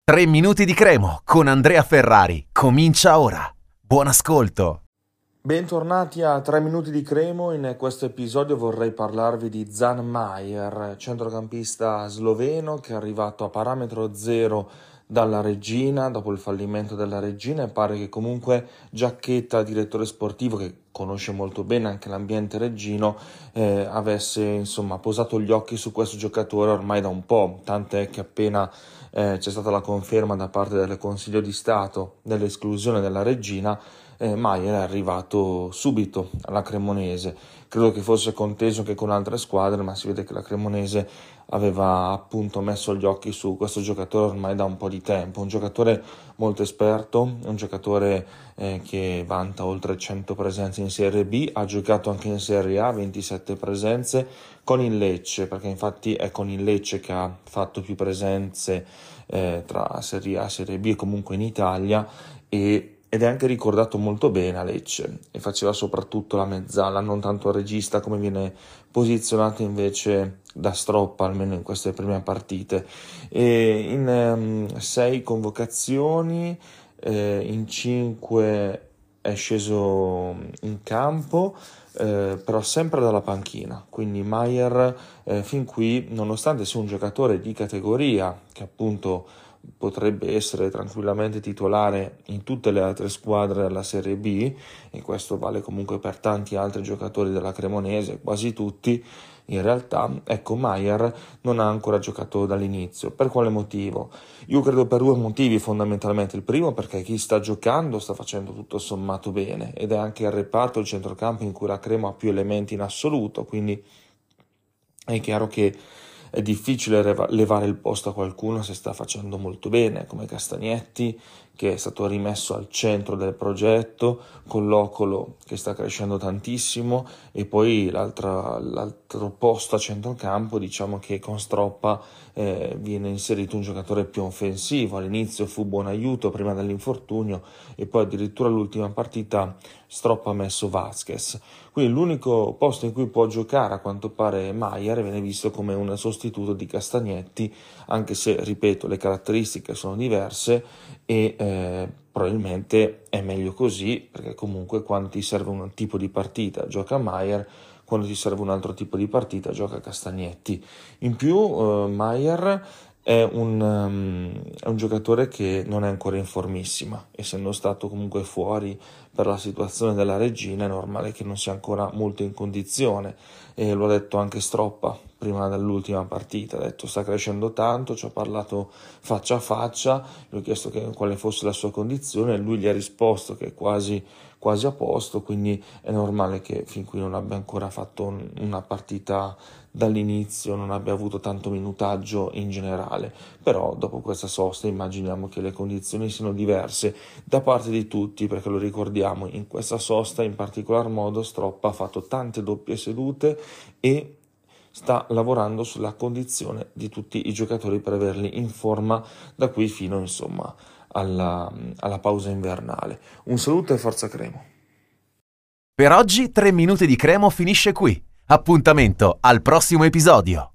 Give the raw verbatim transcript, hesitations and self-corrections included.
tre minuti di Cremo con Andrea Ferrari. Comincia ora. Buon ascolto. Bentornati a tre minuti di Cremo. In questo episodio vorrei parlarvi di Zan Majer, centrocampista sloveno che è arrivato a parametro zero dalla Reggina dopo il fallimento della Reggina, e pare che comunque Giacchetta, direttore sportivo che conosce molto bene anche l'ambiente reggino, eh, avesse insomma posato gli occhi su questo giocatore ormai da un po', tant'è che appena eh, c'è stata la conferma da parte del Consiglio di Stato dell'esclusione della Reggina, eh, Majer è arrivato subito alla Cremonese. Credo che fosse conteso anche con altre squadre, ma si vede che la Cremonese aveva appunto messo gli occhi su questo giocatore ormai da un po' di tempo. Un giocatore molto esperto, un giocatore eh, che vanta oltre cento presenze in Serie B, ha giocato anche in Serie A, ventisette presenze con il Lecce, perché infatti è con il Lecce che ha fatto più presenze eh, tra Serie A, Serie B e comunque in Italia, e ed è anche ricordato molto bene a Lecce e faceva soprattutto la mezzala, non tanto il regista come viene posizionato invece da Stroppa, almeno in queste prime partite. E in um, sei convocazioni, eh, in cinque è sceso in campo, eh, però sempre dalla panchina. Quindi Majer eh, fin qui, nonostante sia un giocatore di categoria che appunto potrebbe essere tranquillamente titolare in tutte le altre squadre della Serie B, e questo vale comunque per tanti altri giocatori della Cremonese, quasi tutti, in realtà, ecco, Majer non ha ancora giocato dall'inizio. Per quale motivo? Io credo per due motivi fondamentalmente. Il primo, perché chi sta giocando sta facendo tutto sommato bene, ed è anche il reparto, il centrocampo in cui la Cremo ha più elementi in assoluto, quindi è chiaro che è difficile levare il posto a qualcuno se sta facendo molto bene, come Castagnetti, che è stato rimesso al centro del progetto, con Locolo che sta crescendo tantissimo, e poi l'altro, l'altro posto a centrocampo, diciamo che con Stroppa eh, viene inserito un giocatore più offensivo. All'inizio fu buon aiuto prima dell'infortunio, e poi addirittura l'ultima partita Stroppa ha messo Vázquez. Quindi l'unico posto in cui può giocare a quanto pare Majer viene visto come un sostituto di Castagnetti, anche se, ripeto, le caratteristiche sono diverse e eh, probabilmente è meglio così, perché comunque quando ti serve un tipo di partita gioca Majer, quando ti serve un altro tipo di partita gioca Castagnetti. In più eh, Majer è un, um, è un giocatore che non è ancora in formissima, essendo stato comunque fuori per la situazione della Reggina. È normale che non sia ancora molto in condizione, e lo ha detto anche Stroppa prima dell'ultima partita, ha detto sta crescendo tanto, ci ha parlato faccia a faccia, gli ho chiesto che, quale fosse la sua condizione, e lui gli ha risposto che è quasi, quasi a posto, quindi è normale che fin qui non abbia ancora fatto un, una partita dall'inizio, non abbia avuto tanto minutaggio in generale. Però dopo questa sosta immaginiamo che le condizioni siano diverse da parte di tutti, perché lo ricordiamo, in questa sosta in particolar modo Stroppa ha fatto tante doppie sedute e sta lavorando sulla condizione di tutti i giocatori per averli in forma da qui fino insomma alla, alla pausa invernale. Un saluto e forza Cremo. Per oggi tre minuti di Cremo finisce qui. Appuntamento al prossimo episodio.